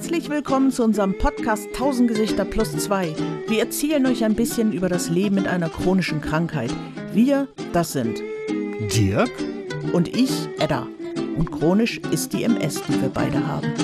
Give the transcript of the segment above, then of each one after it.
Herzlich willkommen zu unserem Podcast 1000 Gesichter plus 2. Wir erzählen euch ein bisschen über das Leben mit einer chronischen Krankheit. Wir, das sind Dirk und ich, Edda. Und chronisch ist die MS, die wir beide haben.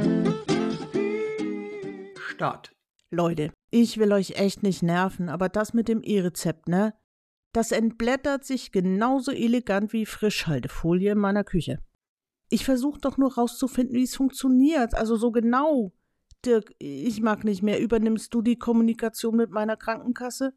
Start. Leute, ich will euch echt nicht nerven, aber das mit dem E-Rezept, ne? Das entblättert sich genauso elegant wie Frischhaltefolie in meiner Küche. Ich versuche doch nur rauszufinden, wie es funktioniert, also so genau. Dirk, ich mag nicht mehr. Übernimmst du die Kommunikation mit meiner Krankenkasse?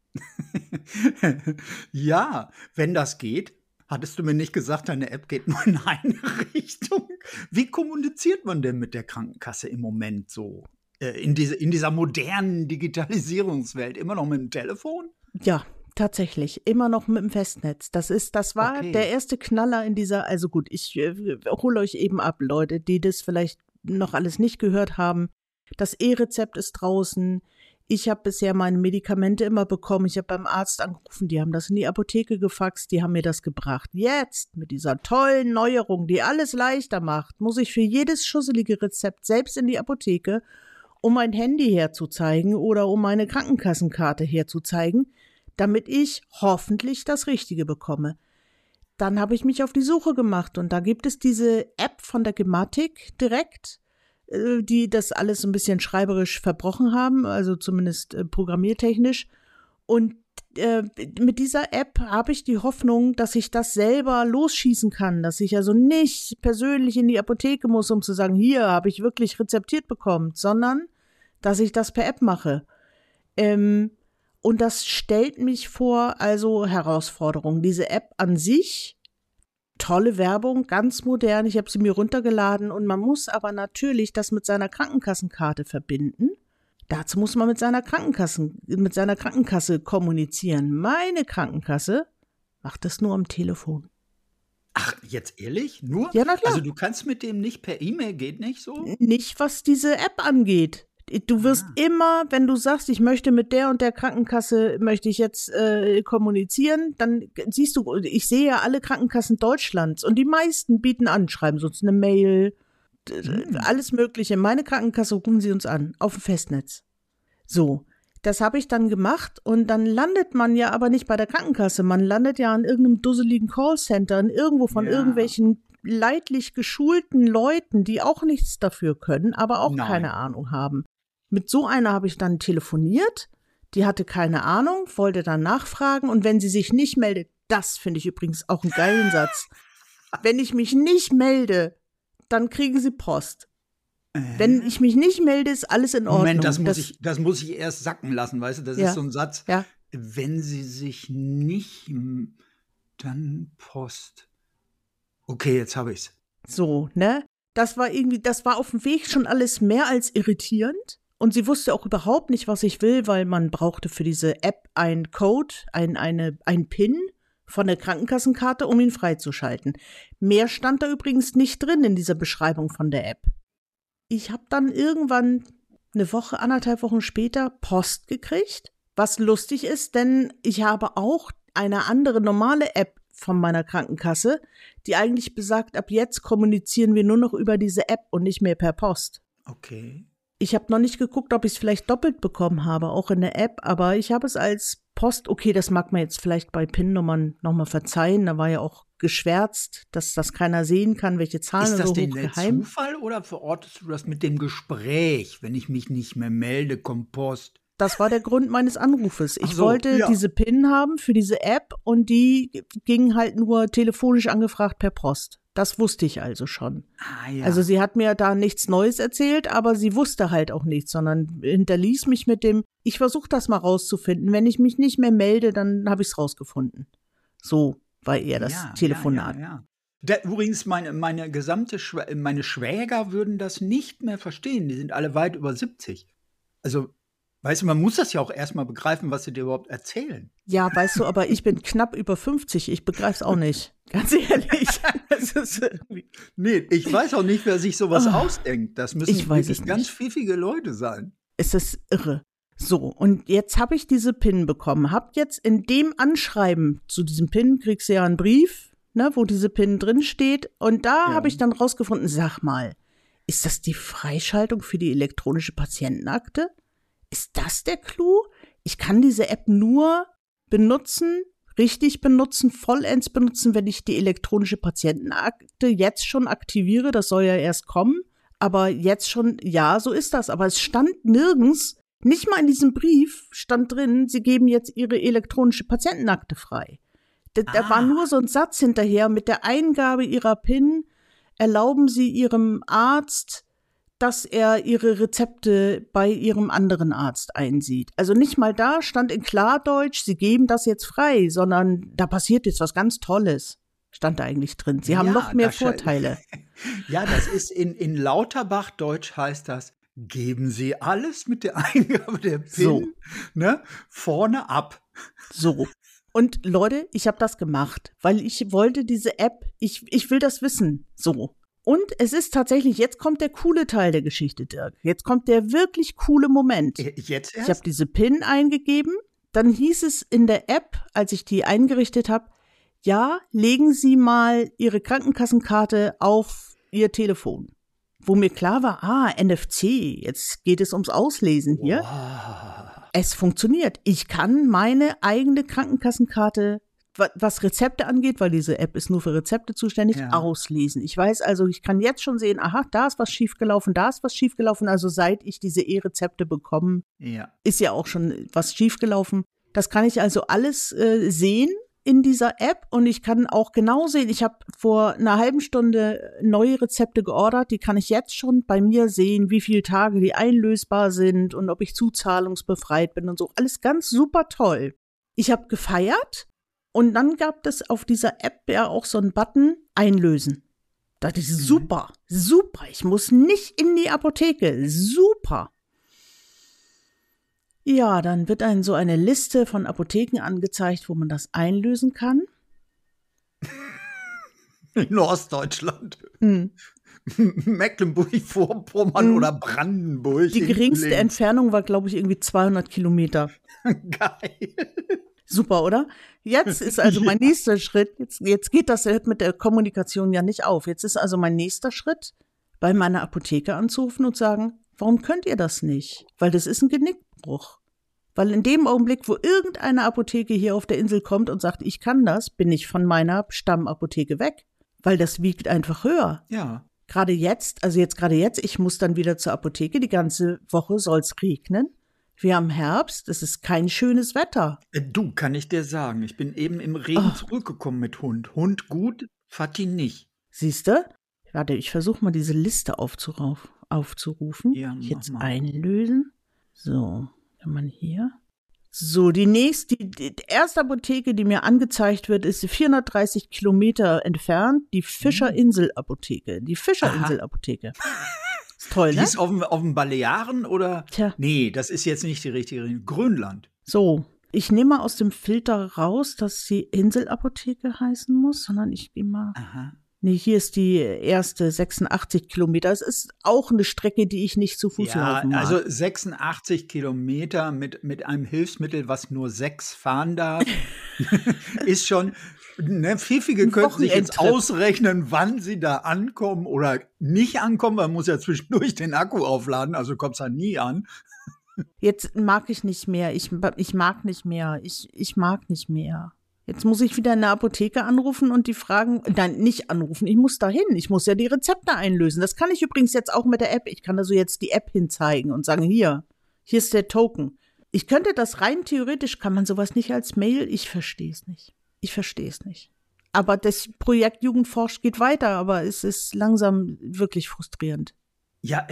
Ja, wenn das geht. Hattest du mir nicht gesagt, deine App geht nur in eine Richtung? Wie kommuniziert man denn mit der Krankenkasse im Moment so? In dieser modernen Digitalisierungswelt? Immer noch mit dem Telefon? Ja, tatsächlich. Immer noch mit dem Festnetz. Das war Okay. der erste Knaller in dieser, also gut, ich hole euch eben ab, Leute, die das vielleicht noch alles nicht gehört haben. Das E-Rezept ist draußen. Ich habe bisher meine Medikamente immer bekommen. Ich habe beim Arzt angerufen, die haben das in die Apotheke gefaxt, die haben mir das gebracht. Jetzt, mit dieser tollen Neuerung, die alles leichter macht, muss ich für jedes schusselige Rezept selbst in die Apotheke, um mein Handy herzuzeigen oder um meine Krankenkassenkarte herzuzeigen, damit ich hoffentlich das Richtige bekomme. Dann habe ich mich auf die Suche gemacht und da gibt es diese App von der Gematik direkt, die das alles ein bisschen schreiberisch verbrochen haben, also zumindest programmiertechnisch. Und mit dieser App habe ich die Hoffnung, dass ich das selber losschießen kann, dass ich also nicht persönlich in die Apotheke muss, um zu sagen, hier habe ich wirklich rezeptiert bekommen, sondern dass ich das per App mache. Und das stellt mich vor, also Herausforderungen. Diese App an sich, tolle Werbung, ganz modern. Ich habe sie mir runtergeladen und man muss aber natürlich das mit seiner Krankenkassenkarte verbinden. Dazu muss man mit seiner Krankenkasse kommunizieren. Meine Krankenkasse macht das nur am Telefon. Ach, jetzt ehrlich? Nur? Ja, na klar. Also du kannst mit dem nicht per E-Mail, geht nicht so? Nicht, was diese App angeht. Du wirst immer, wenn du sagst, ich möchte mit der und der Krankenkasse, möchte ich jetzt kommunizieren, dann siehst du, ich sehe ja alle Krankenkassen Deutschlands und die meisten bieten an, schreiben sie uns eine Mail, alles Mögliche. Meine Krankenkasse rufen sie uns an, auf dem Festnetz. So, das habe ich dann gemacht und dann landet man ja aber nicht bei der Krankenkasse, man landet ja an irgendeinem dusseligen Callcenter, irgendwo von irgendwelchen leidlich geschulten Leuten, die auch nichts dafür können, aber auch keine Ahnung haben. Mit so einer habe ich dann telefoniert, die hatte keine Ahnung, wollte dann nachfragen und wenn sie sich nicht meldet, das finde ich übrigens auch einen geilen Satz, wenn ich mich nicht melde, dann kriegen sie Post. Wenn ich mich nicht melde, ist alles in Ordnung. Moment, das muss ich erst sacken lassen, weißt du, das ist so ein Satz. Ja. Wenn sie sich nicht, dann Post. Okay, jetzt habe ich's. So, ne? Das war auf dem Weg schon alles mehr als irritierend. Und sie wusste auch überhaupt nicht, was ich will, weil man brauchte für diese App einen Code, ein PIN von der Krankenkassenkarte, um ihn freizuschalten. Mehr stand da übrigens nicht drin in dieser Beschreibung von der App. Ich habe dann irgendwann eine Woche, 1,5 Wochen später Post gekriegt, was lustig ist, denn ich habe auch eine andere normale App von meiner Krankenkasse, die eigentlich besagt, ab jetzt kommunizieren wir nur noch über diese App und nicht mehr per Post. Okay. Ich habe noch nicht geguckt, ob ich es vielleicht doppelt bekommen habe, auch in der App, aber ich habe es als Post, okay, das mag man jetzt vielleicht bei PIN-Nummern nochmal verzeihen, da war ja auch geschwärzt, dass das keiner sehen kann, welche Zahlen Ist das so denn der hochgeheim. Zufall oder verortest du das mit dem Gespräch, wenn ich mich nicht mehr melde, kommt Post? Das war der Grund meines Anrufes. Ich Ach so, wollte ja. diese PIN haben für diese App und die ging halt nur telefonisch angefragt per Post. Das wusste ich also schon. Ah, ja. Also sie hat mir da nichts Neues erzählt, aber sie wusste halt auch nichts, sondern hinterließ mich mit dem, ich versuche das mal rauszufinden. Wenn ich mich nicht mehr melde, dann habe ich es rausgefunden. So war eher das Telefonat. Ja. Übrigens, meine Schwäger würden das nicht mehr verstehen. Die sind alle weit über 70. Also, weißt du, man muss das ja auch erstmal begreifen, was sie dir überhaupt erzählen. Ja, weißt du, aber ich bin knapp über 50. Ich begreife es auch nicht. Ganz ehrlich. Das ist irgendwie Nee, ich weiß auch nicht, wer sich sowas ausdenkt. Das müssen ich weiß es wirklich ganz nicht. pfiffige Leute sein. Es ist irre. So, und jetzt habe ich diese PIN bekommen. Hab jetzt in dem Anschreiben zu diesem PIN, kriegst du ja einen Brief, ne, wo diese PIN drin steht. Und da habe ich dann rausgefunden, sag mal, Ist das die Freischaltung für die elektronische Patientenakte? Ist das der Clou? Ich kann diese App nur benutzen, richtig benutzen, vollends benutzen, wenn ich die elektronische Patientenakte jetzt schon aktiviere. Das soll ja erst kommen. Aber jetzt schon, ja, so ist das. Aber es stand nirgends, nicht mal in diesem Brief stand drin, Sie geben jetzt Ihre elektronische Patientenakte frei. Da war nur so ein Satz hinterher, mit der Eingabe Ihrer PIN erlauben Sie Ihrem Arzt, dass er Ihre Rezepte bei Ihrem anderen Arzt einsieht. Also nicht mal da stand in Klardeutsch, Sie geben das jetzt frei, sondern da passiert jetzt was ganz Tolles. Stand da eigentlich drin. Sie haben noch mehr Vorteile. Ja, das ist in Lauterbach-Deutsch heißt das, geben Sie alles mit der Eingabe der PIN vorne ab. So. Und Leute, ich habe das gemacht, weil ich wollte diese App, ich will das wissen. So. Und es ist tatsächlich, jetzt kommt der coole Teil der Geschichte, Dirk. Jetzt kommt der wirklich coole Moment. Jetzt erst? Ich habe diese PIN eingegeben, dann hieß es in der App, als ich die eingerichtet habe, ja, legen Sie mal Ihre Krankenkassenkarte auf Ihr Telefon. Wo mir klar war, NFC, jetzt geht es ums Auslesen hier. Wow. Es funktioniert. Ich kann meine eigene Krankenkassenkarte, was Rezepte angeht, weil diese App ist nur für Rezepte zuständig, auslesen. Ich weiß also, ich kann jetzt schon sehen, aha, da ist was schiefgelaufen, da ist was schiefgelaufen. Also seit ich diese E-Rezepte bekomme, ist ja auch schon was schiefgelaufen. Das kann ich also alles sehen in dieser App und ich kann auch genau sehen, ich habe vor einer halben Stunde neue Rezepte geordert, die kann ich jetzt schon bei mir sehen, wie viele Tage die einlösbar sind und ob ich zuzahlungsbefreit bin und so. Alles ganz super toll. Ich habe gefeiert und dann gab es auf dieser App ja auch so einen Button, einlösen. Das ist super, super. Ich muss nicht in die Apotheke, super. Ja, dann wird einem so eine Liste von Apotheken angezeigt, wo man das einlösen kann. In Ostdeutschland. Mecklenburg-Vorpommern oder Brandenburg. Die geringste Entfernung war, glaube ich, irgendwie 200 Kilometer. Geil. Super, oder? Jetzt ist also mein nächster Schritt, jetzt geht das mit der Kommunikation ja nicht auf. Jetzt ist also mein nächster Schritt, bei meiner Apotheke anzurufen und sagen, warum könnt ihr das nicht? Weil das ist ein Genickbruch. Weil in dem Augenblick, wo irgendeine Apotheke hier auf der Insel kommt und sagt, ich kann das, bin ich von meiner Stammapotheke weg. Weil das wiegt einfach höher. Ja. Gerade jetzt, ich muss dann wieder zur Apotheke, die ganze Woche soll's regnen. Wir haben Herbst, es ist kein schönes Wetter. Du, kann ich dir sagen, ich bin eben im Regen zurückgekommen mit Hund. Hund gut, Fatih nicht. Siehste? Warte, ich versuche mal diese Liste aufzurufen. Ja, jetzt mal. Einlösen. So, kann man hier. So, die erste Apotheke, die mir angezeigt wird, ist 430 Kilometer entfernt, die Fischerinsel-Apotheke. Die Fischerinsel-Apotheke. Ist toll, ne? Die ist auf den Balearen oder? Tja. Nee, das ist jetzt nicht die richtige Richtung. Grönland. So, ich nehme mal aus dem Filter raus, dass sie Inselapotheke heißen muss, sondern ich gehe mal. Aha. Nee, hier ist die erste 86 Kilometer. Es ist auch eine Strecke, die ich nicht zu Fuß laufen mag. Also 86 Kilometer mit einem Hilfsmittel, was nur 6 fahren darf, ist schon, ne, Pfiffige könnten sich jetzt ausrechnen, wann sie da ankommen oder nicht ankommen. Man muss ja zwischendurch den Akku aufladen, also kommt es ja nie an. Jetzt mag ich nicht mehr. Ich mag nicht mehr. Ich mag nicht mehr. Jetzt muss ich wieder in der Apotheke anrufen und die fragen, nein, nicht anrufen, ich muss da hin, ich muss ja die Rezepte einlösen. Das kann ich übrigens jetzt auch mit der App. Ich kann also jetzt die App hinzeigen und sagen, hier ist der Token. Ich könnte das rein theoretisch, kann man sowas nicht als Mail? Ich verstehe es nicht. Aber das Projekt Jugendforsch geht weiter, aber es ist langsam wirklich frustrierend. Ja,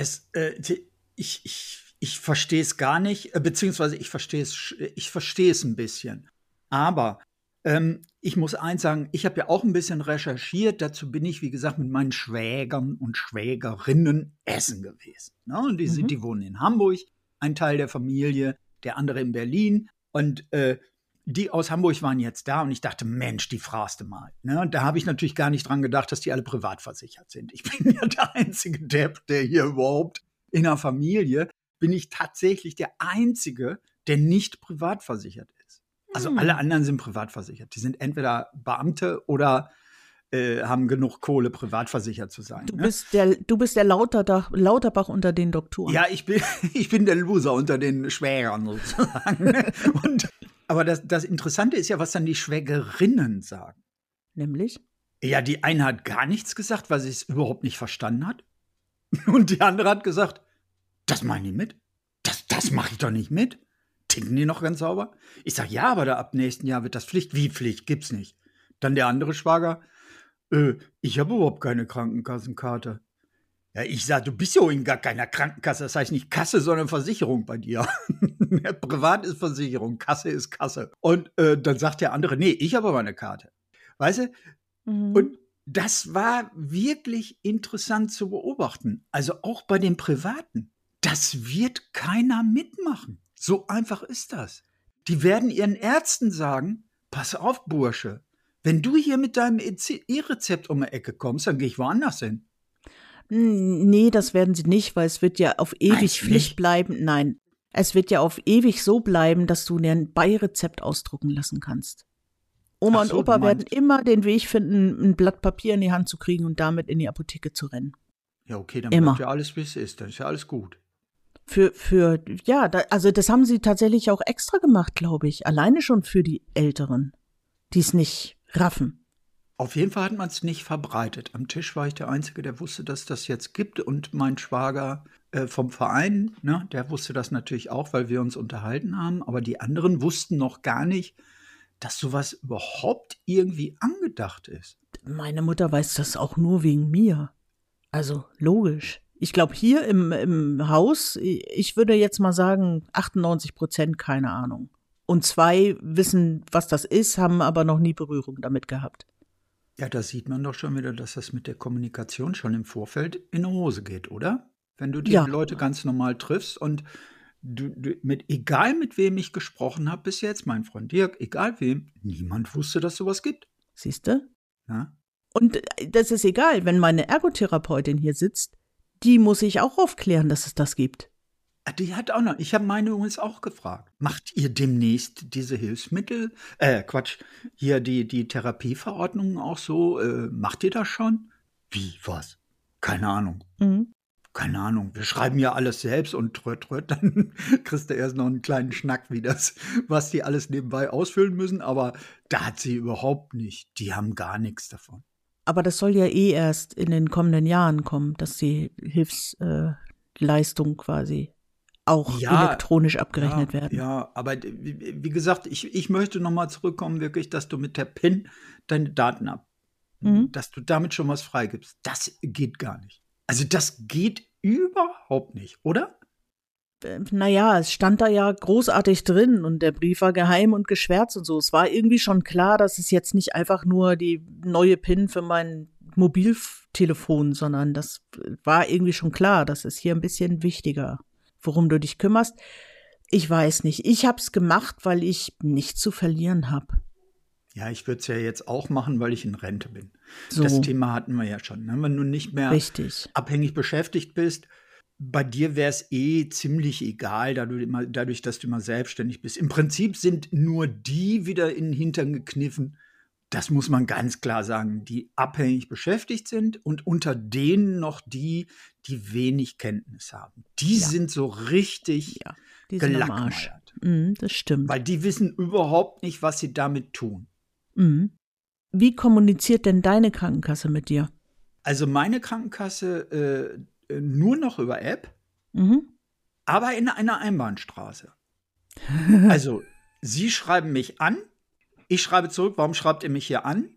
ich verstehe es gar nicht, beziehungsweise ich verstehe es ein bisschen. Aber ich muss eins sagen, ich habe ja auch ein bisschen recherchiert. Dazu bin ich, wie gesagt, mit meinen Schwägern und Schwägerinnen essen gewesen. Ne? Und die wohnen in Hamburg, ein Teil der Familie, der andere in Berlin. Und die aus Hamburg waren jetzt da und ich dachte, Mensch, die fragst du mal. Ne? Und da habe ich natürlich gar nicht dran gedacht, dass die alle privat versichert sind. Ich bin ja der einzige Depp, der hier überhaupt in der Familie, bin ich tatsächlich der Einzige, der nicht privat versichert ist. Also alle anderen sind privat versichert. Die sind entweder Beamte oder haben genug Kohle, privat versichert zu sein. Du Ne? bist der Lauterbach unter den Doktoren. Ja, ich bin der Loser unter den Schwägern sozusagen. Ne? Aber das Interessante ist ja, was dann die Schwägerinnen sagen. Nämlich? Ja, die eine hat gar nichts gesagt, weil sie es überhaupt nicht verstanden hat. Und die andere hat gesagt, das mache ich nicht mit. Das mache ich doch nicht mit. Ticken die noch ganz sauber? Ich sage, ja, aber ab nächsten Jahr wird das Pflicht. Wie Pflicht? Gibt's nicht. Dann der andere Schwager, ich habe überhaupt keine Krankenkassenkarte. Ja, ich sage, du bist ja in gar keiner Krankenkasse. Das heißt nicht Kasse, sondern Versicherung bei dir. Privat ist Versicherung, Kasse ist Kasse. Und dann sagt der andere, nee, ich habe aber eine Karte. Weißt du? Mhm. Und das war wirklich interessant zu beobachten. Also auch bei den Privaten. Das wird keiner mitmachen. So einfach ist das. Die werden ihren Ärzten sagen, pass auf, Bursche, wenn du hier mit deinem E-Rezept um die Ecke kommst, dann gehe ich woanders hin. Nee, das werden sie nicht, weil es wird ja auf ewig Meinst du Pflicht nicht? bleiben. Nein, es wird ja auf ewig so bleiben, dass du dir ein Beirezept ausdrucken lassen kannst. Oma Ach und so, du Opa werden meinst- immer den Weg finden, ein Blatt Papier in die Hand zu kriegen und damit in die Apotheke zu rennen. Ja, okay, dann Immer. bleibt ja alles, wie es ist. Dann ist ja alles gut. Also das haben sie tatsächlich auch extra gemacht, glaube ich. Alleine schon für die Älteren, die es nicht raffen. Auf jeden Fall hat man es nicht verbreitet. Am Tisch war ich der Einzige, der wusste, dass das jetzt gibt. Und mein Schwager vom Verein, ne, der wusste das natürlich auch, weil wir uns unterhalten haben. Aber die anderen wussten noch gar nicht, dass sowas überhaupt irgendwie angedacht ist. Meine Mutter weiß das auch nur wegen mir. Also logisch. Ich glaube, hier im Haus, ich würde jetzt mal sagen, 98% keine Ahnung. Und 2 wissen, was das ist, haben aber noch nie Berührung damit gehabt. Ja, da sieht man doch schon wieder, dass das mit der Kommunikation schon im Vorfeld in die Hose geht, oder? Wenn du die Ja. Leute ganz normal triffst und egal mit wem ich gesprochen habe bis jetzt, mein Freund Dirk, egal wem, niemand wusste, dass sowas gibt. Siehst du? Ja? Und das ist egal, wenn meine Ergotherapeutin hier sitzt, die muss ich auch aufklären, dass es das gibt. Die hat auch noch, ich habe meine übrigens auch gefragt. Macht ihr demnächst diese Hilfsmittel, hier die Therapieverordnungen auch so, macht ihr das schon? Wie, was? Keine Ahnung. Mhm. Keine Ahnung, wir schreiben ja alles selbst und dann kriegst du erst noch einen kleinen Schnack, was die alles nebenbei ausfüllen müssen, aber da hat sie überhaupt nicht. Die haben gar nichts davon. Aber das soll ja erst in den kommenden Jahren kommen, dass die Hilfsleistung quasi auch elektronisch abgerechnet werden. Ja, aber wie gesagt, ich möchte nochmal zurückkommen, wirklich, dass du mit der PIN deine Daten dass du damit schon was freigibst. Das geht gar nicht. Also das geht überhaupt nicht, oder? Naja, es stand da ja großartig drin und der Brief war geheim und geschwärzt und so. Es war irgendwie schon klar, dass es jetzt nicht einfach nur die neue PIN für mein Mobiltelefon, sondern das war irgendwie schon klar, das ist hier ein bisschen wichtiger, worum du dich kümmerst. Ich weiß nicht. Ich hab's gemacht, weil ich nichts zu verlieren habe. Ja, ich würde es ja jetzt auch machen, weil ich in Rente bin. So. Das Thema hatten wir ja schon. Ne? Wenn du nicht mehr Richtig. abhängig beschäftigt bist, bei dir wäre es ziemlich egal, dadurch, dass du immer selbstständig bist. Im Prinzip sind nur die wieder in den Hintern gekniffen, das muss man ganz klar sagen, die abhängig beschäftigt sind und unter denen noch die wenig Kenntnis haben. Die sind so richtig die sind am Arsch. gelackmeiert. Das stimmt. Weil die wissen überhaupt nicht, was sie damit tun. Wie kommuniziert denn deine Krankenkasse mit dir? Also meine Krankenkasse nur noch über App, aber in einer Einbahnstraße. Also sie schreiben mich an, ich schreibe zurück, warum schreibt ihr mich hier an?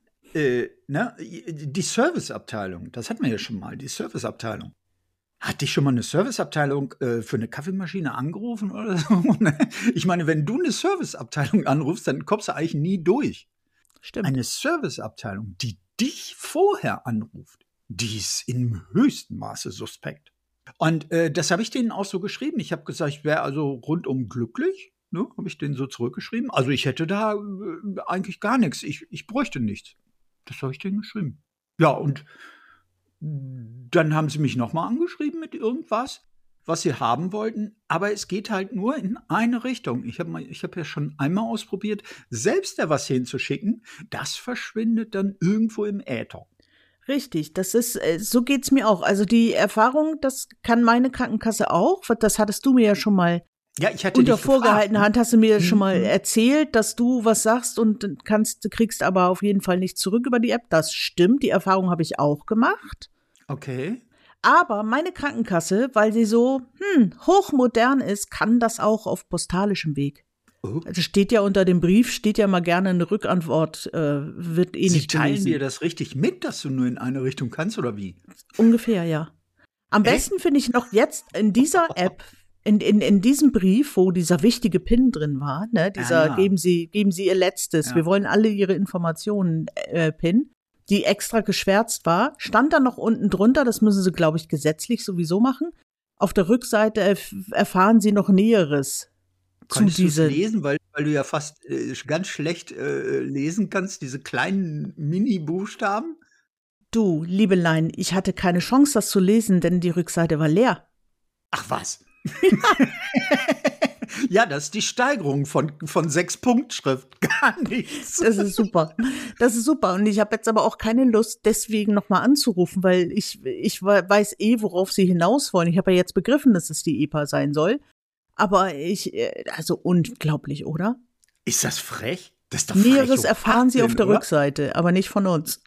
Die Serviceabteilung, das hatten wir ja schon mal, die Serviceabteilung. Hat dich schon mal eine Serviceabteilung für eine Kaffeemaschine angerufen oder so? Ich meine, wenn du eine Serviceabteilung anrufst, dann kommst du eigentlich nie durch. Stimmt. Eine Serviceabteilung, die dich vorher anruft, die ist im höchsten Maße suspekt. Und das habe ich denen auch so geschrieben. Ich habe gesagt, ich wäre also rundum glücklich. Ne, habe ich denen so zurückgeschrieben. Also ich hätte da eigentlich gar nichts. Ich bräuchte nichts. Das habe ich denen geschrieben. Ja, und dann haben sie mich nochmal angeschrieben mit irgendwas. was sie haben wollten, aber es geht halt nur in eine Richtung. Ich hab ja schon einmal ausprobiert, selbst da was hinzuschicken, das verschwindet dann irgendwo im Äther. Richtig, das ist, so geht's mir auch. Also die Erfahrung, das kann meine Krankenkasse auch. Das hattest du mir ja schon mal Ja, ich hatte unter dich gefragt, vorgehaltener ne? Hand hast du mir schon mal Mhm. erzählt, dass du was sagst und du kriegst aber auf jeden Fall nichts zurück über die App. Das stimmt, die Erfahrung habe ich auch gemacht. Okay. Aber meine Krankenkasse, weil sie so hochmodern ist, kann das auch auf postalischem Weg. Oh. Also steht ja unter dem Brief, steht ja mal gerne eine Rückantwort, wird Sie nicht teilen gelesen. dir das richtig mit, dass du nur in eine Richtung kannst, oder wie? Ungefähr, ja. Am Echt? besten finde ich noch jetzt in dieser App, in diesem Brief, wo dieser wichtige PIN drin war, ne, dieser ja. geben Sie Ihr Letztes, Ja. wir wollen alle Ihre Informationen, PIN, die extra geschwärzt war, stand da noch unten drunter, das müssen Sie, glaube ich, gesetzlich sowieso machen. Auf der Rückseite erfahren Sie noch Näheres zu Konntest du es diesen. lesen, weil du ja fast ganz schlecht lesen kannst, diese kleinen Mini-Buchstaben? Du, Liebelein, ich hatte keine Chance, das zu lesen, denn die Rückseite war leer. Ach was. Ja, das ist die Steigerung von 6-Punkt-Schrift. Gar nichts. Das ist super. Das ist super. Und ich habe jetzt aber auch keine Lust, deswegen nochmal anzurufen, weil ich weiß worauf Sie hinaus wollen. Ich habe ja jetzt begriffen, dass es die EPA sein soll. Aber also unglaublich, oder? Ist das frech? Das ist doch frech. Näheres hoch erfahren Sie 18, auf der oder? Rückseite, aber nicht von uns.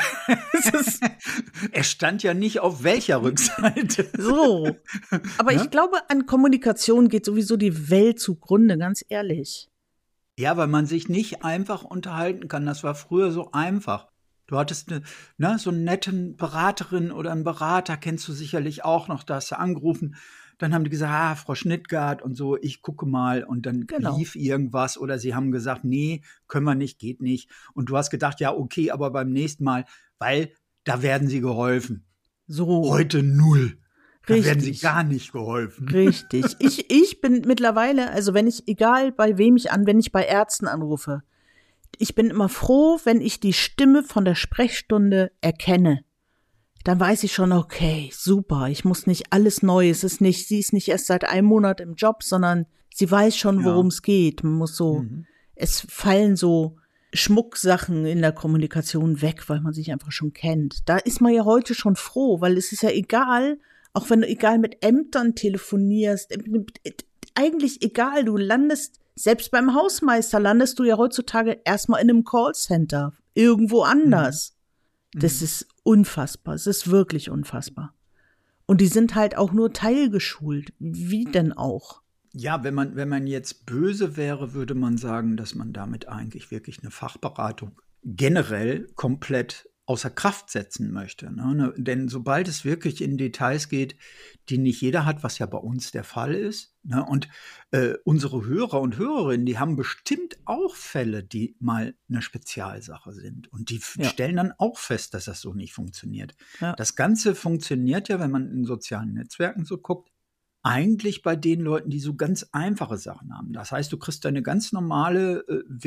Er stand ja nicht auf welcher Rückseite. So. Aber Ne? ich glaube, an Kommunikation geht sowieso die Welt zugrunde, ganz ehrlich. Ja, weil man sich nicht einfach unterhalten kann. Das war früher so einfach. Du hattest so einen netten Beraterin oder einen Berater, kennst du sicherlich auch noch, da hast du angerufen. Dann haben die gesagt, Frau Schnittgart und so, ich gucke mal. Und dann Genau. lief irgendwas oder sie haben gesagt, nee, können wir nicht, geht nicht. Und du hast gedacht, ja, okay, aber beim nächsten Mal, weil da werden sie geholfen. So. Heute null. Da werden sie Richtig. gar nicht geholfen. Richtig. Ich bin mittlerweile, also egal bei wem wenn ich bei Ärzten anrufe, ich bin immer froh, wenn ich die Stimme von der Sprechstunde erkenne. Dann weiß ich schon, okay, super, ich muss nicht alles neu, sie ist nicht erst seit einem Monat im Job, sondern sie weiß schon, worum es geht. Man muss es fallen so Schmucksachen in der Kommunikation weg, weil man sich einfach schon kennt. Da ist man ja heute schon froh, weil es ist ja egal, auch wenn du egal mit Ämtern telefonierst, eigentlich egal, du landest, selbst beim Hausmeister landest du ja heutzutage erstmal in einem Callcenter, irgendwo anders. Das ist unfassbar, es ist wirklich unfassbar. Und die sind halt auch nur teilgeschult. Wie denn auch? Ja, wenn man jetzt böse wäre, würde man sagen, dass man damit eigentlich wirklich eine Fachberatung generell komplett außer Kraft setzen möchte. Ne? Denn sobald es wirklich in Details geht, die nicht jeder hat, was ja bei uns der Fall ist, ne? Und unsere Hörer und Hörerinnen, die haben bestimmt auch Fälle, die mal eine Spezialsache sind. Und die stellen dann auch fest, dass das so nicht funktioniert. Ja. Das Ganze funktioniert ja, wenn man in sozialen Netzwerken so guckt, eigentlich bei den Leuten, die so ganz einfache Sachen haben. Das heißt, du kriegst eine ganz normale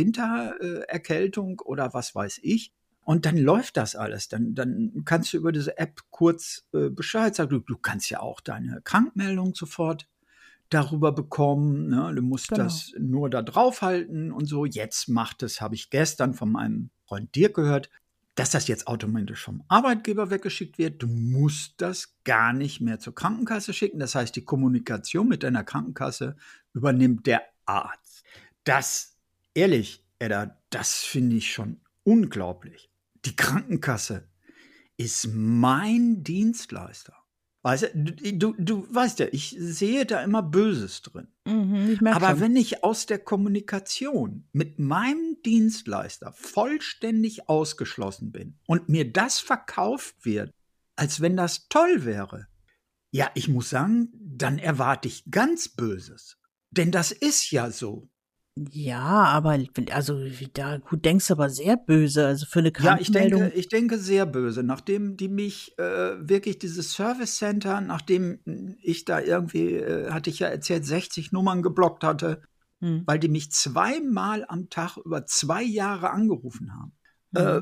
Wintererkältung oder was weiß ich. Und dann läuft das alles. Dann kannst du über diese App kurz Bescheid sagen. Du kannst ja auch deine Krankmeldung sofort darüber bekommen. Ne? Du musst das nur da draufhalten und so. Jetzt macht es, habe ich gestern von meinem Freund Dirk gehört, dass das jetzt automatisch vom Arbeitgeber weggeschickt wird. Du musst das gar nicht mehr zur Krankenkasse schicken. Das heißt, die Kommunikation mit deiner Krankenkasse übernimmt der Arzt. Das, ehrlich, Edda, das finde ich schon unglaublich. Die Krankenkasse ist mein Dienstleister. Weißt du weißt ja, ich sehe da immer Böses drin. Ich merke Aber schon. wenn ich aus der Kommunikation mit meinem Dienstleister vollständig ausgeschlossen bin und mir das verkauft wird, als wenn das toll wäre, ja, ich muss sagen, dann erwarte ich ganz Böses. Denn das ist ja so. Ja, aber also da gut denkst aber sehr böse, also für eine Ja, Krankmeldung. ich denke sehr böse. Nachdem die mich wirklich dieses Service Center, nachdem ich da irgendwie, hatte ich ja erzählt, 60 Nummern geblockt hatte, weil die mich zweimal am Tag über 2 Jahre angerufen haben.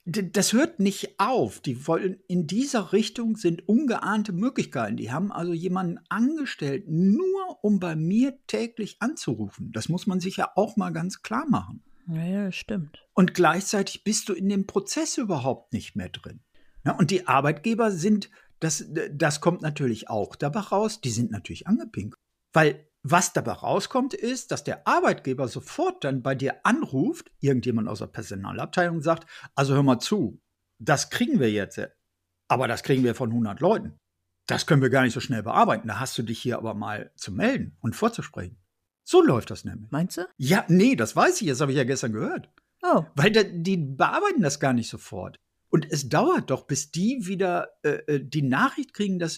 das hört nicht auf. Die wollen in dieser Richtung sind ungeahnte Möglichkeiten. Die haben also jemanden angestellt, nur um bei mir täglich anzurufen. Das muss man sich ja auch mal ganz klar machen. Ja, das stimmt. Und gleichzeitig bist du in dem Prozess überhaupt nicht mehr drin. Ja, und die Arbeitgeber sind, das kommt natürlich auch dabei raus, die sind natürlich angepinkt. Weil was dabei rauskommt, ist, dass der Arbeitgeber sofort dann bei dir anruft, irgendjemand aus der Personalabteilung sagt, also hör mal zu, das kriegen wir jetzt, aber das kriegen wir von 100 Leuten. Das können wir gar nicht so schnell bearbeiten. Da hast du dich hier aber mal zu melden und vorzusprechen. So läuft das nämlich. Meinst du? Ja, nee, das weiß ich, das habe ich ja gestern gehört. Oh. Weil die bearbeiten das gar nicht sofort. Und es dauert doch, bis die wieder die Nachricht kriegen, dass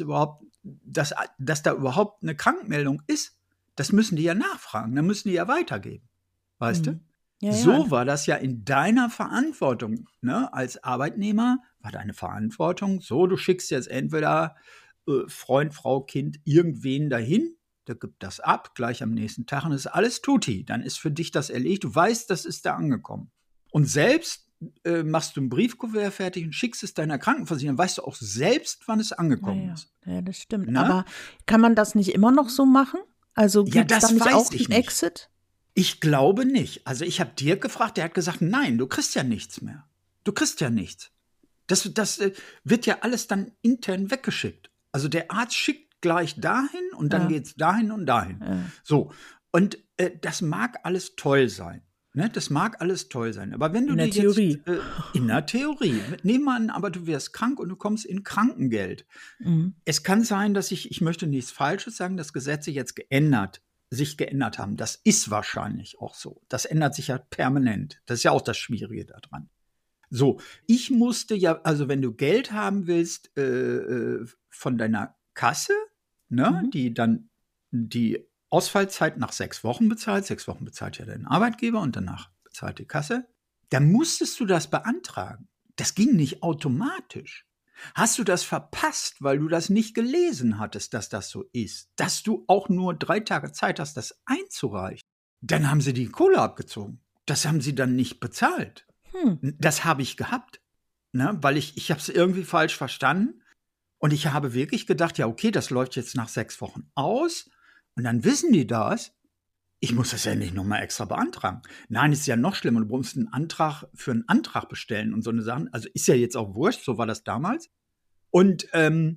da überhaupt eine Krankmeldung ist. Das müssen die ja nachfragen, dann müssen die ja weitergeben. Weißt du? Ja, so war das ja in deiner Verantwortung. Ne? Als Arbeitnehmer war deine Verantwortung so, du schickst jetzt entweder Freund, Frau, Kind, irgendwen dahin, der gibt das ab, gleich am nächsten Tag und ist alles tutti. Dann ist für dich das erledigt. Du weißt, das ist da angekommen. Und selbst machst du ein Briefkuvert fertig und schickst es deiner Krankenversicherung, weißt du auch selbst, wann es angekommen ist. Ja, das stimmt. Na? Aber kann man das nicht immer noch so machen? Also gibt es das dann nicht weiß auch ich einen nicht. Exit? Ich glaube nicht. Also ich habe Dirk gefragt, der hat gesagt, nein, du kriegst ja nichts mehr. Du kriegst ja nichts. Das wird ja alles dann intern weggeschickt. Also der Arzt schickt gleich dahin und dann geht's dahin und dahin. Ja. So, und das mag alles toll sein. Ne? Das mag alles toll sein. Aber wenn du In der Theorie. In der Theorie. Nehmen wir an, aber du wirst krank und du kommst in Krankengeld. Mhm. Es kann sein, dass ich möchte nichts Falsches sagen, dass Gesetze jetzt sich geändert haben. Das ist wahrscheinlich auch so. Das ändert sich ja permanent. Das ist ja auch das Schwierige daran. So, ich musste ja, also wenn du Geld haben willst von deiner Kasse, ne, die dann die Ausfallzeit nach 6 Wochen bezahlt, 6 Wochen bezahlt ja dein Arbeitgeber und danach bezahlt die Kasse, dann musstest du das beantragen. Das ging nicht automatisch. Hast du das verpasst, weil du das nicht gelesen hattest, dass das so ist, dass du auch nur 3 Tage Zeit hast, das einzureichen, dann haben sie die Kohle abgezogen. Das haben sie dann nicht bezahlt. Das habe ich gehabt, ne? Weil ich habe es irgendwie falsch verstanden und ich habe wirklich gedacht, ja okay, das läuft jetzt nach 6 Wochen aus und dann wissen die das. Ich muss das ja nicht nochmal extra beantragen. Nein, ist ja noch schlimmer. Du musst einen Antrag für einen Antrag bestellen und so eine Sachen. Also ist ja jetzt auch wurscht, so war das damals. Und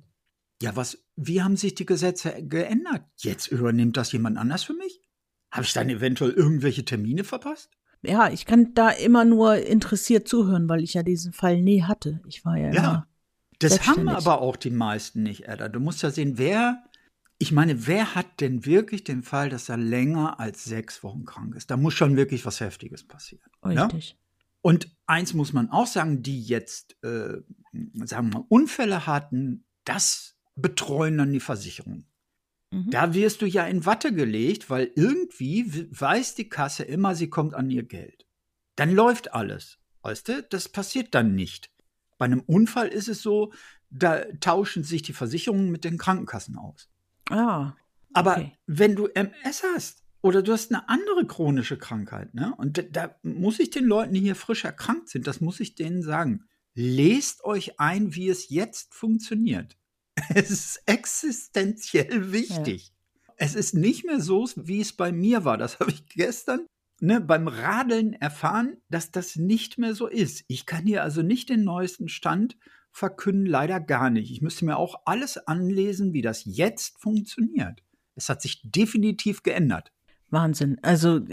wie haben sich die Gesetze geändert? Jetzt übernimmt das jemand anders für mich? Habe ich dann eventuell irgendwelche Termine verpasst? Ja, ich kann da immer nur interessiert zuhören, weil ich ja diesen Fall nie hatte. Ich war ja immer das haben selbstständig. aber auch die meisten nicht, Edda. Du musst ja sehen, wer hat denn wirklich den Fall, dass er länger als 6 Wochen krank ist? Da muss schon wirklich was Heftiges passieren. Richtig. Ja? Und eins muss man auch sagen, die jetzt, sagen wir mal, Unfälle hatten, das betreuen dann die Versicherungen. Da wirst du ja in Watte gelegt, weil irgendwie weiß die Kasse immer, sie kommt an ihr Geld. Dann läuft alles. Weißt du, das passiert dann nicht. Bei einem Unfall ist es so, da tauschen sich die Versicherungen mit den Krankenkassen aus. Ah, Aber okay. wenn du MS hast oder du hast eine andere chronische Krankheit, ne? Und da muss ich den Leuten, die hier frisch erkrankt sind, das muss ich denen sagen, lest euch ein, wie es jetzt funktioniert. Es ist existenziell wichtig. Ja. Es ist nicht mehr so, wie es bei mir war. Das habe ich gestern beim Radeln erfahren, dass das nicht mehr so ist. Ich kann hier also nicht den neuesten Stand verkünden, leider gar nicht. Ich müsste mir auch alles anlesen, wie das jetzt funktioniert. Es hat sich definitiv geändert. Wahnsinn. Also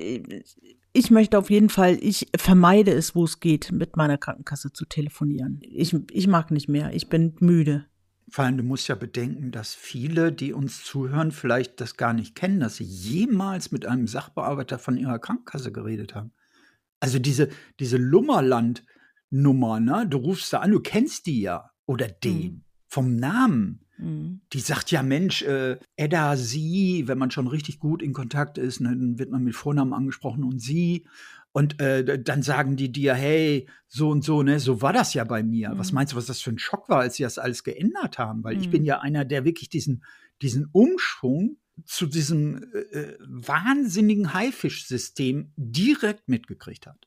ich möchte auf jeden Fall, ich vermeide es, wo es geht, mit meiner Krankenkasse zu telefonieren. Ich mag nicht mehr. Ich bin müde. Vor allem, du musst ja bedenken, dass viele, die uns zuhören, vielleicht das gar nicht kennen, dass sie jemals mit einem Sachbearbeiter von ihrer Krankenkasse geredet haben. Also diese Lummerland-Nummer, ne? Du rufst da an, du kennst die ja oder den vom Namen. Die sagt ja, Mensch, Edda, sie, wenn man schon richtig gut in Kontakt ist, ne, dann wird man mit Vornamen angesprochen und sie. Und dann sagen die dir, hey, so und so, ne, so war das ja bei mir. Was meinst du, was das für ein Schock war, als sie das alles geändert haben? Weil ich bin ja einer, der wirklich diesen Umschwung zu diesem wahnsinnigen Haifisch-System direkt mitgekriegt hat.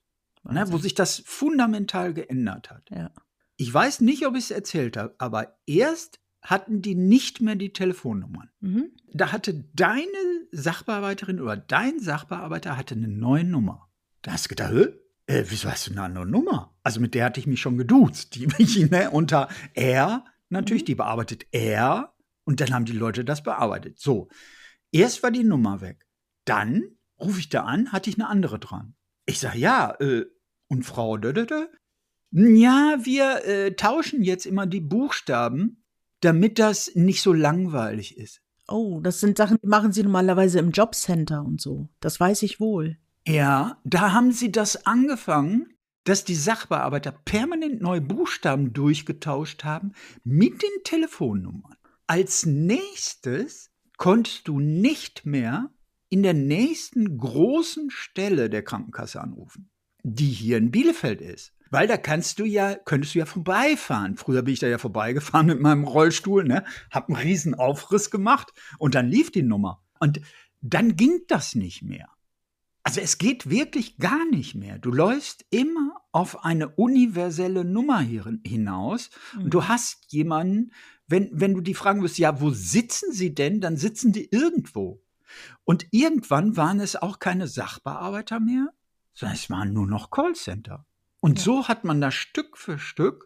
ne, wo sich das fundamental geändert hat. Ja. Ich weiß nicht, ob ich es erzählt habe, aber erst hatten die nicht mehr die Telefonnummern. Mhm. Da hatte deine Sachbearbeiterin oder dein Sachbearbeiter hatte eine neue Nummer. Da hast du gedacht, wieso hast du eine andere Nummer? Also mit der hatte ich mich schon geduzt. Die ne, unter er, natürlich, die bearbeitet er und dann haben die Leute das bearbeitet. So, erst war die Nummer weg. Dann rufe ich da an, hatte ich eine andere dran. Ich sage, ja, und Frau Dödödö? Ja, wir tauschen jetzt immer die Buchstaben, damit das nicht so langweilig ist. Oh, das sind Sachen, die machen sie normalerweise im Jobcenter und so. Das weiß ich wohl. Ja, da haben sie das angefangen, dass die Sachbearbeiter permanent neue Buchstaben durchgetauscht haben mit den Telefonnummern. Als nächstes konntest du nicht mehr in der nächsten großen Stelle der Krankenkasse anrufen, die hier in Bielefeld ist. Weil da könntest du ja vorbeifahren. Früher bin ich da ja vorbeigefahren mit meinem Rollstuhl, ne? Hab einen riesen Aufriss gemacht und dann lief die Nummer. Und dann ging das nicht mehr. Also es geht wirklich gar nicht mehr. Du läufst immer auf eine universelle Nummer hinaus und du hast jemanden, wenn du die fragen wirst, ja, wo sitzen sie denn? Dann sitzen die irgendwo. Und irgendwann waren es auch keine Sachbearbeiter mehr, sondern es waren nur noch Callcenter. Und so hat man das Stück für Stück,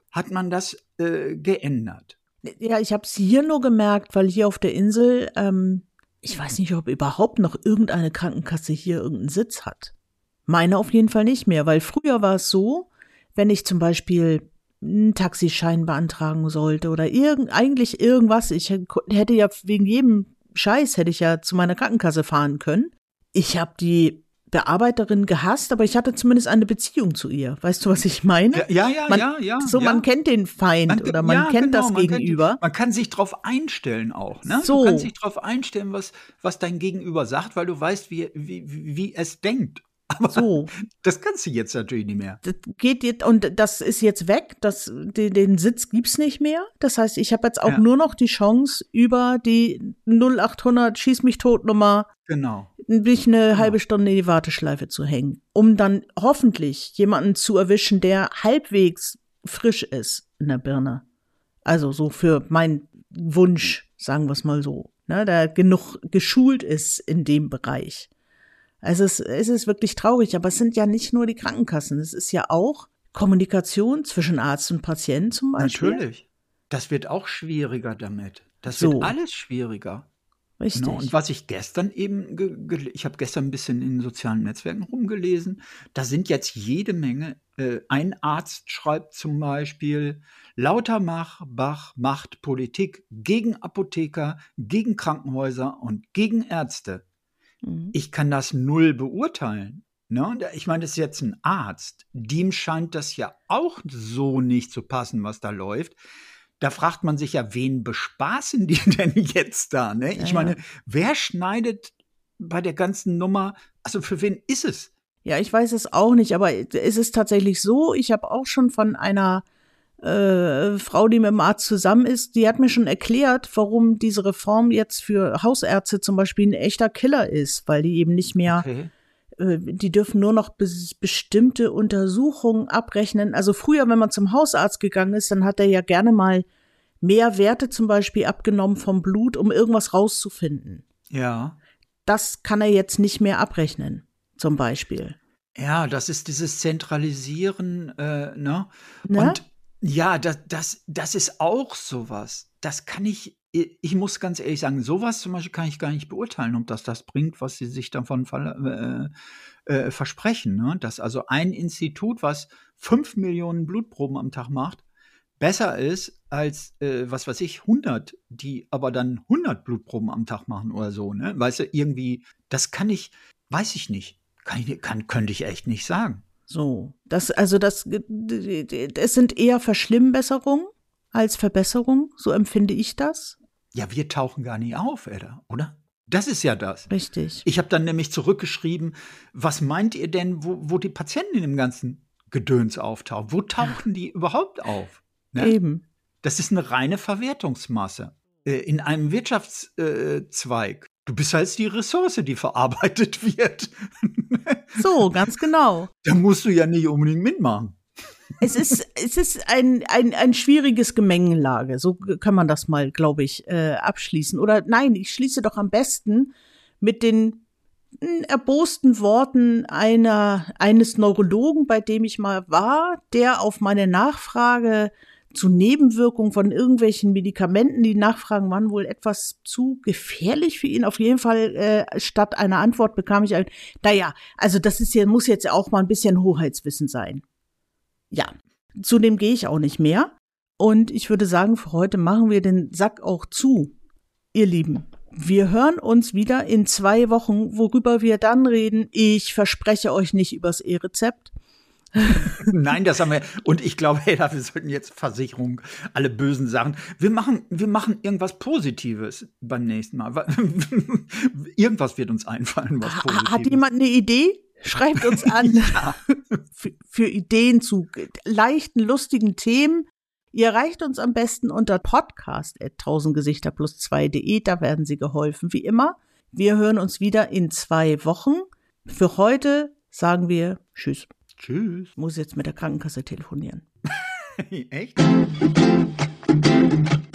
geändert. Ja, ich habe es hier nur gemerkt, weil hier auf der Insel, ich weiß nicht, ob überhaupt noch irgendeine Krankenkasse hier irgendeinen Sitz hat. Meine auf jeden Fall nicht mehr, weil früher war es so, wenn ich zum Beispiel einen Taxischein beantragen sollte oder eigentlich irgendwas, ich hätte ja wegen jedem Scheiß hätte ich ja zu meiner Krankenkasse fahren können. Ich habe die Bearbeiterin gehasst, aber ich hatte zumindest eine Beziehung zu ihr. Weißt du, was ich meine? Ja. Man kennt den Feind oder man kennt das Gegenüber. Man kann sich drauf einstellen auch. Ne? So. Du kannst dich drauf einstellen, was dein Gegenüber sagt, weil du weißt, wie es denkt. Aber so. Das kannst du jetzt natürlich nicht mehr. Das geht jetzt, und das ist jetzt weg. Den Sitz gibt's nicht mehr. Das heißt, ich habe jetzt auch nur noch die Chance, über die 0800 Schieß-mich-tot-Nummer mich eine halbe Stunde in die Warteschleife zu hängen, um dann hoffentlich jemanden zu erwischen, der halbwegs frisch ist in der Birne. Also so für meinen Wunsch, sagen wir es mal so, ne, der genug geschult ist in dem Bereich. Also es ist wirklich traurig, aber es sind ja nicht nur die Krankenkassen, es ist ja auch Kommunikation zwischen Arzt und Patient zum Beispiel. Natürlich. Das wird auch schwieriger damit. Das wird alles schwieriger. Richtig. Genau. Und was ich gestern eben, ich habe gestern ein bisschen in den sozialen Netzwerken rumgelesen, da sind jetzt jede Menge, ein Arzt schreibt zum Beispiel, Lauterbach macht Politik gegen Apotheker, gegen Krankenhäuser und gegen Ärzte. Ich kann das null beurteilen. Ne? Und ich meine, das ist jetzt ein Arzt. Dem scheint das ja auch so nicht zu passen, was da läuft. Da fragt man sich ja, wen bespaßen die denn jetzt da? Ne? Ich meine, wer schneidet bei der ganzen Nummer, also für wen ist es? Ja, ich weiß es auch nicht, aber es ist tatsächlich so, ich habe auch schon von einer Frau, die mit dem Arzt zusammen ist, die hat mir schon erklärt, warum diese Reform jetzt für Hausärzte zum Beispiel ein echter Killer ist, weil die eben nicht mehr, die dürfen nur noch bestimmte Untersuchungen abrechnen. Also früher, wenn man zum Hausarzt gegangen ist, dann hat er ja gerne mal mehr Werte zum Beispiel abgenommen vom Blut, um irgendwas rauszufinden. Ja. Das kann er jetzt nicht mehr abrechnen, zum Beispiel. Ja, das ist dieses Zentralisieren, ne? Und ja, das ist auch sowas. Das kann ich muss ganz ehrlich sagen, sowas zum Beispiel kann ich gar nicht beurteilen, ob das bringt, was sie sich davon versprechen. Ne? Dass also ein Institut, was 5 Millionen Blutproben am Tag macht, besser ist als, 100, die aber dann 100 Blutproben am Tag machen oder so. Ne? Weißt du, irgendwie, weiß ich nicht. Könnte ich echt nicht sagen. So, es sind eher Verschlimmbesserungen als Verbesserungen, so empfinde ich das. Ja, wir tauchen gar nicht auf, Edda, oder? Das ist ja das. Richtig. Ich habe dann nämlich zurückgeschrieben, was meint ihr denn, wo die Patienten in dem ganzen Gedöns auftauchen? Wo tauchen die überhaupt auf? Ne? Eben. Das ist eine reine Verwertungsmasse. In einem Wirtschaftszweig Du bist halt die Ressource, die verarbeitet wird. So, ganz genau. Da musst du ja nicht unbedingt mitmachen. Es ist ein schwieriges Gemengelage. So kann man das mal, glaube ich, abschließen. Oder nein, ich schließe doch am besten mit den erbosten Worten eines Neurologen, bei dem ich mal war, der auf meine Nachfrage zu Nebenwirkungen von irgendwelchen Medikamenten, die Nachfragen waren wohl etwas zu gefährlich für ihn. Auf jeden Fall statt einer Antwort bekam ich naja, also das muss jetzt auch mal ein bisschen Hoheitswissen sein. Ja, zu dem gehe ich auch nicht mehr. Und ich würde sagen, für heute machen wir den Sack auch zu, ihr Lieben. Wir hören uns wieder in 2 Wochen, worüber wir dann reden. Ich verspreche euch nicht übers E-Rezept. Nein, das haben wir. Und ich glaube, wir sollten jetzt Versicherung, alle bösen Sachen. Wir machen irgendwas Positives beim nächsten Mal. Irgendwas wird uns einfallen, was Positives. Hat jemand eine Idee? Schreibt uns an Ja. für Ideen zu leichten, lustigen Themen. Ihr erreicht uns am besten unter podcast@1000gesichter+2.de. Da werden Sie geholfen, wie immer. Wir hören uns wieder in 2 Wochen. Für heute sagen wir Tschüss. Tschüss. Ich muss jetzt mit der Krankenkasse telefonieren. Echt?